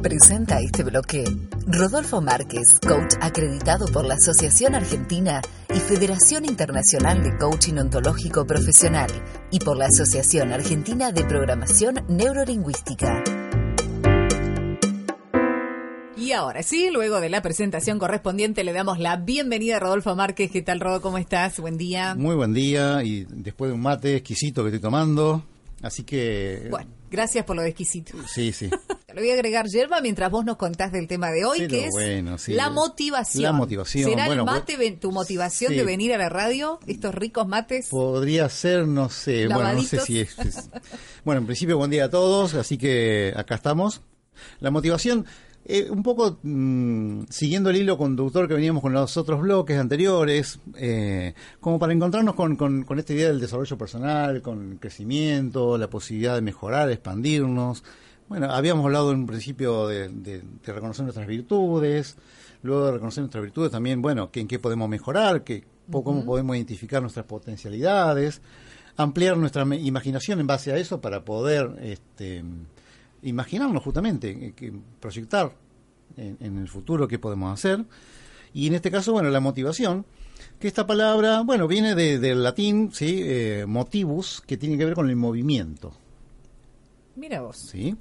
Presenta este bloque Rodolfo Márquez, coach acreditado por la Asociación Argentina y Federación Internacional de Coaching Ontológico Profesional y por la Asociación Argentina de Programación Neurolingüística. Y ahora sí, luego de la presentación correspondiente, le damos la bienvenida a Rodolfo Márquez. ¿Qué tal, Rodo? ¿Cómo estás? Buen día. Muy buen día, y después de un mate exquisito que estoy tomando, así que... Bueno, gracias por lo de exquisito. Sí. Le voy a agregar yerba mientras vos nos contás del tema de hoy, que es la motivación. La motivación. ¿Será el mate tu motivación de venir a la radio? ¿Estos ricos mates? Podría ser, no sé. Lavaditos. Bueno, no sé si es... Bueno, en principio, buen día a todos, así que acá estamos. La motivación... un poco siguiendo el hilo conductor que veníamos con los otros bloques anteriores, como para encontrarnos con esta idea del desarrollo personal, con el crecimiento, la posibilidad de mejorar, expandirnos. Bueno, habíamos hablado en un principio de reconocer nuestras virtudes, luego de reconocer nuestras virtudes también, bueno, en qué podemos mejorar, cómo podemos identificar nuestras potencialidades, ampliar nuestra imaginación en base a eso para poder... imaginarnos justamente, proyectar en el futuro qué podemos hacer. Y en este caso, bueno, la motivación, que esta palabra, bueno, viene del latín, ¿sí? Motivus, que tiene que ver con el movimiento. Mira vos. ¿Sí?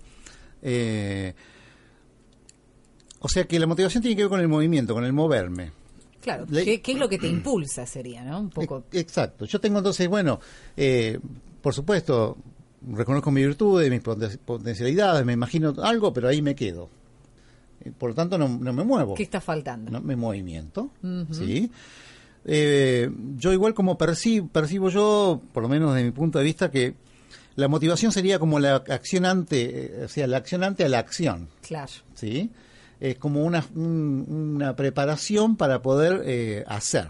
O sea que la motivación tiene que ver con el movimiento, con el moverme. Claro, ¿qué es lo que te impulsa sería, no? Un poco. Exacto. Yo tengo entonces, bueno, por supuesto... reconozco mis virtudes, mis potencialidades, me imagino algo, pero ahí me quedo. Por lo tanto, no me muevo. ¿Qué está faltando? No me movimiento, ¿sí? Yo igual como percibo yo, por lo menos desde mi punto de vista, que la motivación sería como la acción ante, o sea, la acción ante a la acción. Claro. ¿Sí? Es como una preparación para poder hacer.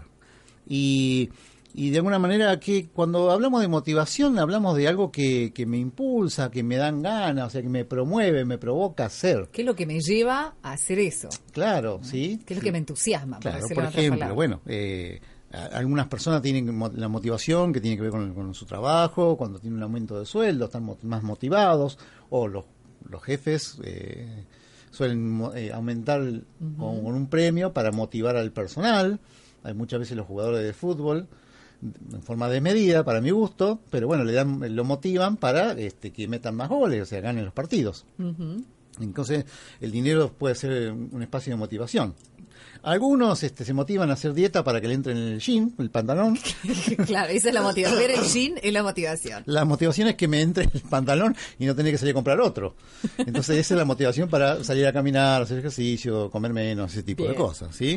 Y de alguna manera que cuando hablamos de motivación hablamos de algo que me impulsa, que me dan ganas, o sea, que me promueve, me provoca hacer. ¿Qué es lo que me lleva a hacer eso? Claro, ¿sí? ¿Qué es lo que me entusiasma? Claro, por ejemplo, bueno, algunas personas tienen la motivación que tiene que ver con su trabajo, cuando tienen un aumento de sueldo, están más motivados, o los jefes suelen aumentar con un premio para motivar al personal. Hay muchas veces los jugadores de fútbol en forma de medida, para mi gusto, pero bueno, lo motivan para que metan más goles, o sea, ganen los partidos. Entonces, el dinero puede ser un espacio de motivación. Algunos se motivan a hacer dieta para que le entren el jean, el pantalón. Claro, esa es la motivación. Ver el jean es la motivación. La motivación es que me entre el pantalón y no tener que salir a comprar otro. Entonces, esa es la motivación para salir a caminar, hacer ejercicio, comer menos, ese tipo de cosas, ¿sí?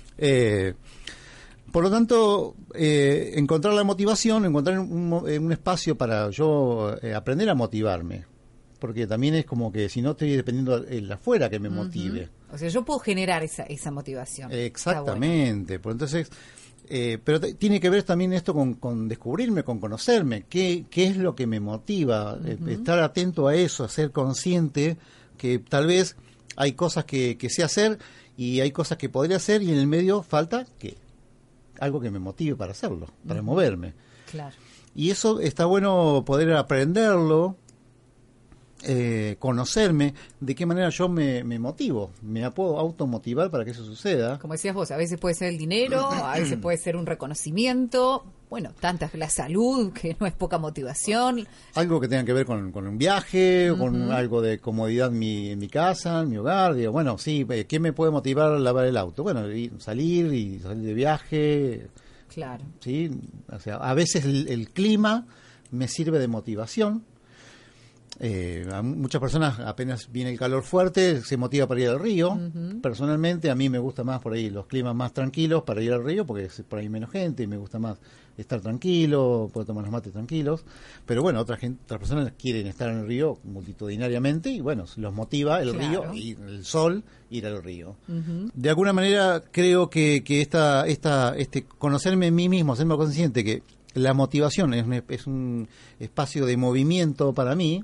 Por lo tanto, encontrar la motivación, encontrar un espacio para yo aprender a motivarme, porque también es como que si no estoy dependiendo de afuera que me motive. O sea, yo puedo generar esa motivación. Exactamente. Pues entonces, pero tiene que ver también esto con descubrirme, con conocerme, qué es lo que me motiva, estar atento a eso, a ser consciente que tal vez hay cosas que sé hacer y hay cosas que podría hacer y en el medio falta algo que me motive para hacerlo, para moverme. Claro. Y eso está bueno poder aprenderlo, conocerme, de qué manera yo me motivo, me puedo automotivar para que eso suceda. Como decías vos, a veces puede ser el dinero, a veces puede ser un reconocimiento, bueno, la salud, que no es poca motivación. Algo que tenga que ver con un viaje, con algo de comodidad en mi casa, en mi hogar. Digo, bueno, sí, ¿qué me puede motivar a lavar el auto? Bueno, salir de viaje. Claro. Sí, o sea, a veces el clima me sirve de motivación. A muchas personas apenas viene el calor fuerte se motiva para ir al río. Personalmente a mí me gusta más por ahí los climas más tranquilos para ir al río porque es por ahí menos gente y me gusta más estar tranquilo, poder tomar los mates tranquilos, pero bueno, otras personas quieren estar en el río multitudinariamente y bueno, los motiva el río y el sol ir al río. De alguna manera creo que conocerme a mí mismo, hacerme consciente que la motivación es un espacio de movimiento para mí.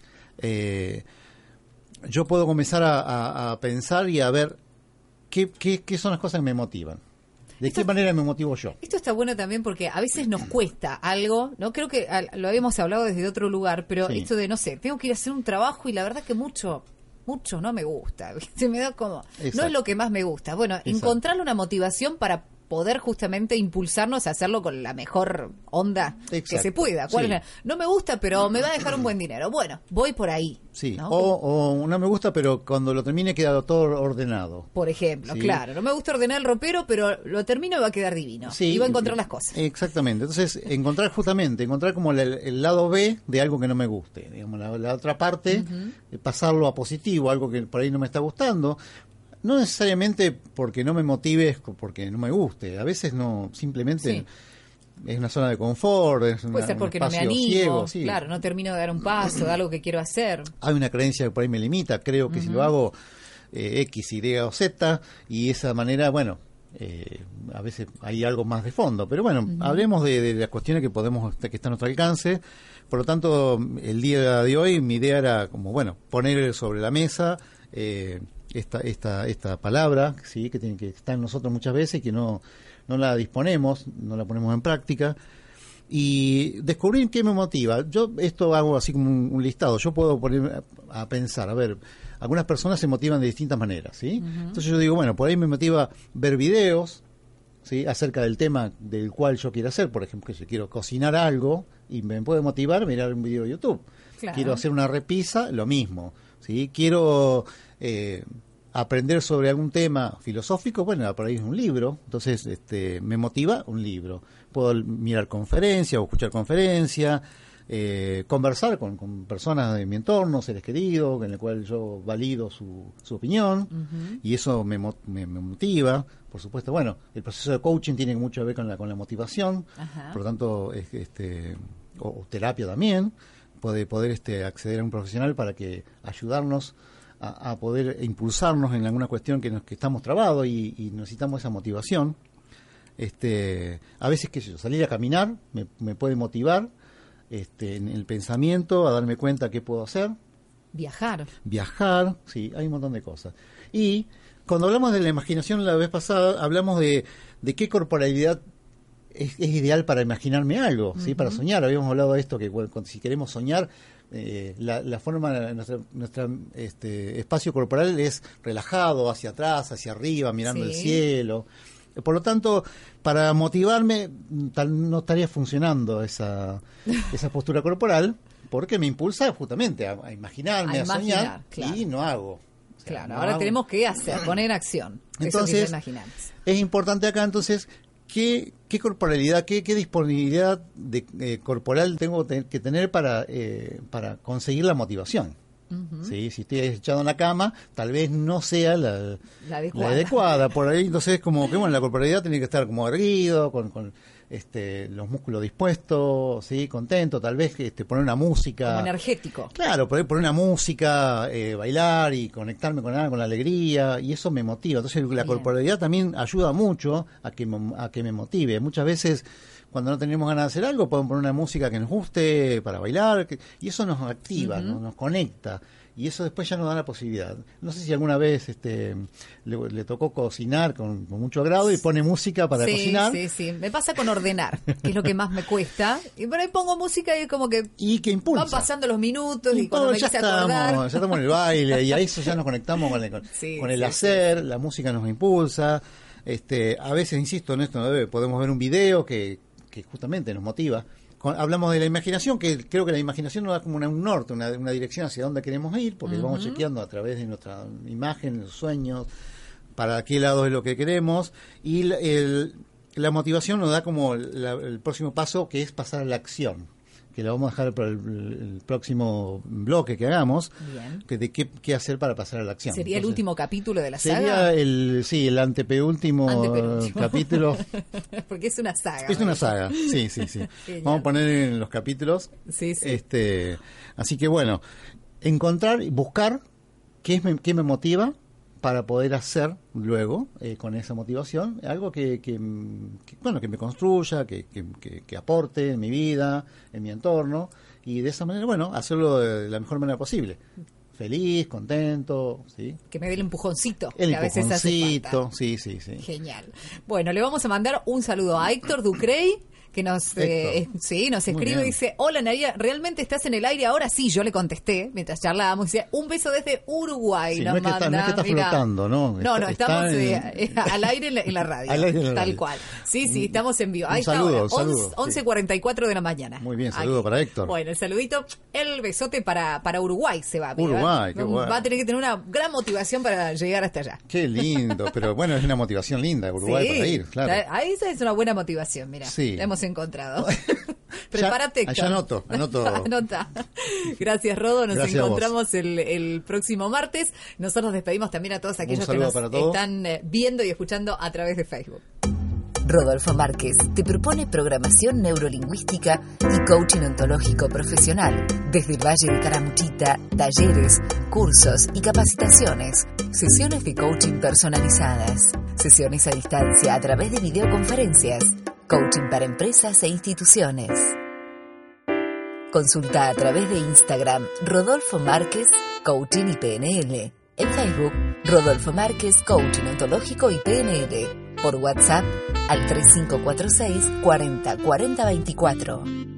Yo puedo comenzar a pensar y a ver qué son las cosas que me motivan. ¿De qué manera me motivo yo? Esto está bueno también porque a veces nos cuesta algo, ¿no? Creo que lo habíamos hablado desde otro lugar, pero esto de, no sé, tengo que ir a hacer un trabajo y la verdad que mucho mucho no me gusta. Se me da como, Exacto. no es lo que más me gusta. Bueno, Exacto. encontrarle una motivación para poder justamente impulsarnos a hacerlo con la mejor onda que Exacto. se pueda. Sí. No me gusta, pero me va a dejar un buen dinero. Bueno, voy por ahí. Sí, ¿no? o no me gusta, pero cuando lo termine queda todo ordenado. Por ejemplo, Sí. claro, no me gusta ordenar el ropero, pero lo termino y va a quedar divino. Sí, y va a encontrar las cosas. Exactamente. Entonces, encontrar como el lado B de algo que no me guste. Digamos, la otra parte, pasarlo a positivo, algo que por ahí no me está gustando. No necesariamente porque no me motive, porque no me guste. A veces no, simplemente Sí. es una zona de confort. Es Puede ser porque un no me espacio animo, ciego, sí. claro, no termino de dar un paso de algo que quiero hacer. Hay una creencia que por ahí me limita. Creo que si lo hago X, Y o Z, y esa manera, bueno, a veces hay algo más de fondo. Pero bueno, hablemos de las cuestiones que que están a nuestro alcance. Por lo tanto, el día de hoy mi idea era como, bueno, poner sobre la mesa esta palabra, sí, que tiene que estar en nosotros muchas veces y que no la disponemos, no la ponemos en práctica, y descubrir qué me motiva. Yo esto hago así como un listado. Yo puedo poner a pensar, a ver, algunas personas se motivan de distintas maneras, ¿sí? Entonces yo digo, bueno, por ahí me motiva ver videos, ¿sí?, acerca del tema del cual yo quiero hacer. Por ejemplo, que yo quiero cocinar algo y me puede motivar mirar un video de YouTube. Claro. Quiero hacer una repisa, lo mismo, ¿sí? Quiero aprender sobre algún tema filosófico, bueno, por ahí es un libro. Entonces me motiva un libro. Puedo mirar conferencias o escuchar conferencias, conversar con personas de mi entorno, seres queridos, en el cual yo valido su opinión, y eso me motiva. Por supuesto, bueno, el proceso de coaching tiene mucho que ver con la motivación. Ajá. Por lo tanto, o terapia también, poder acceder a un profesional para que ayudarnos a poder impulsarnos en alguna cuestión que estamos trabados y necesitamos esa motivación. A veces, qué sé yo, salir a caminar me puede motivar en el pensamiento, a darme cuenta qué puedo hacer. Viajar, sí, hay un montón de cosas. Y cuando hablamos de la imaginación la vez pasada, hablamos de qué corporalidad es ideal para imaginarme algo, ¿sí? Para soñar. Habíamos hablado de esto, que si queremos soñar, la forma de nuestra espacio corporal es relajado, hacia atrás, hacia arriba, mirando el cielo. Por lo tanto, para motivarme, no estaría funcionando esa postura corporal, porque me impulsa justamente a imaginarme, a soñar, claro. Y no hago. Claro, ahora tenemos que hacer, poner en acción. Entonces, eso que imaginamos. Es importante acá, entonces, qué corporalidad, qué disponibilidad corporal tengo que tener para conseguir la motivación. ¿Sí? Si estoy echado en la cama, tal vez no sea la adecuada. Por ahí, entonces, como que bueno, la corporalidad tiene que estar como erguido, con los músculos dispuestos, ¿sí? Contento, tal vez poner una música. Como energético. Claro, poner una música, bailar y conectarme con la alegría, y eso me motiva. Entonces, la corporalidad también ayuda mucho a que me motive. Muchas veces, cuando no tenemos ganas de hacer algo, podemos poner una música que nos guste para bailar, y eso nos activa, nos conecta, y eso después ya nos da la posibilidad. No sé si alguna vez le tocó cocinar con mucho agrado y pone música para cocinar. Sí. Me pasa con ordenar, que es lo que más me cuesta. Y por ahí pongo música y es como que impulsa. van pasando los minutos y cuando me quise acordar. Ya estamos en el baile y a eso ya nos conectamos con el hacer. La música nos impulsa. A veces, insisto en esto, podemos ver un video que justamente nos motiva. Hablamos de la imaginación, que creo que la imaginación nos da como un norte, una dirección hacia dónde queremos ir, porque vamos chequeando a través de nuestra imagen, los sueños, para qué lado es lo que queremos, y la motivación nos da como el próximo paso, que es pasar a la acción, que lo vamos a dejar para el próximo bloque que hagamos. Bien. Que de qué hacer para pasar a la acción. ¿Sería el último capítulo de la saga? saga? Sería el antepenúltimo capítulo. Porque es una saga. Es una saga, sí. Vamos a poner en los capítulos. Sí. Así que bueno, encontrar y buscar qué me motiva para poder hacer luego, con esa motivación, algo que me construya, que aporte en mi vida, en mi entorno, y de esa manera, bueno, hacerlo de la mejor manera posible. Feliz, contento, ¿sí? Que me dé el empujoncito. El que a veces hace falta. sí. Genial. Bueno, le vamos a mandar un saludo a Héctor Ducrey, que nos nos Muy escribe y bien. dice: hola Nadia, ¿realmente estás en el aire ahora? Sí, yo le contesté mientras charlábamos. Dice: un beso desde Uruguay. Sí, nos no es que está, manda. no es que está Mirá. flotando, ¿no? No, estamos está al aire en la radio. Al aire en la tal radio. cual. Sí, estamos en vivo. Un Ahí saludo, está ahora, saludo, 11:44 de la mañana. Muy bien, saludo para Héctor. Bueno, el saludito, el besote para Uruguay se va. Uruguay, qué bueno. Va a tener que tener una gran motivación para llegar hasta allá. Qué lindo, pero bueno, es una motivación linda Uruguay Sí, para ir, claro. Ahí esa es una buena motivación, mira. Sí. La hemos encontrado. Prepárate, Ya anoto. Anota. Gracias, Rodo. Nos Gracias a vos. encontramos el próximo martes. Nosotros despedimos también a todos aquellos que saludo nos para todos. están viendo y escuchando a través de Facebook. Rodolfo Márquez te propone programación neurolingüística y coaching ontológico profesional desde el Valle de Caramuchita, talleres, cursos y capacitaciones, sesiones de coaching personalizadas, sesiones a distancia a través de videoconferencias, coaching para empresas e instituciones. Consulta a través de Instagram Rodolfo Márquez Coaching y PNL, en Facebook Rodolfo Márquez Coaching Ontológico y PNL, por WhatsApp al 3546 40 40 24.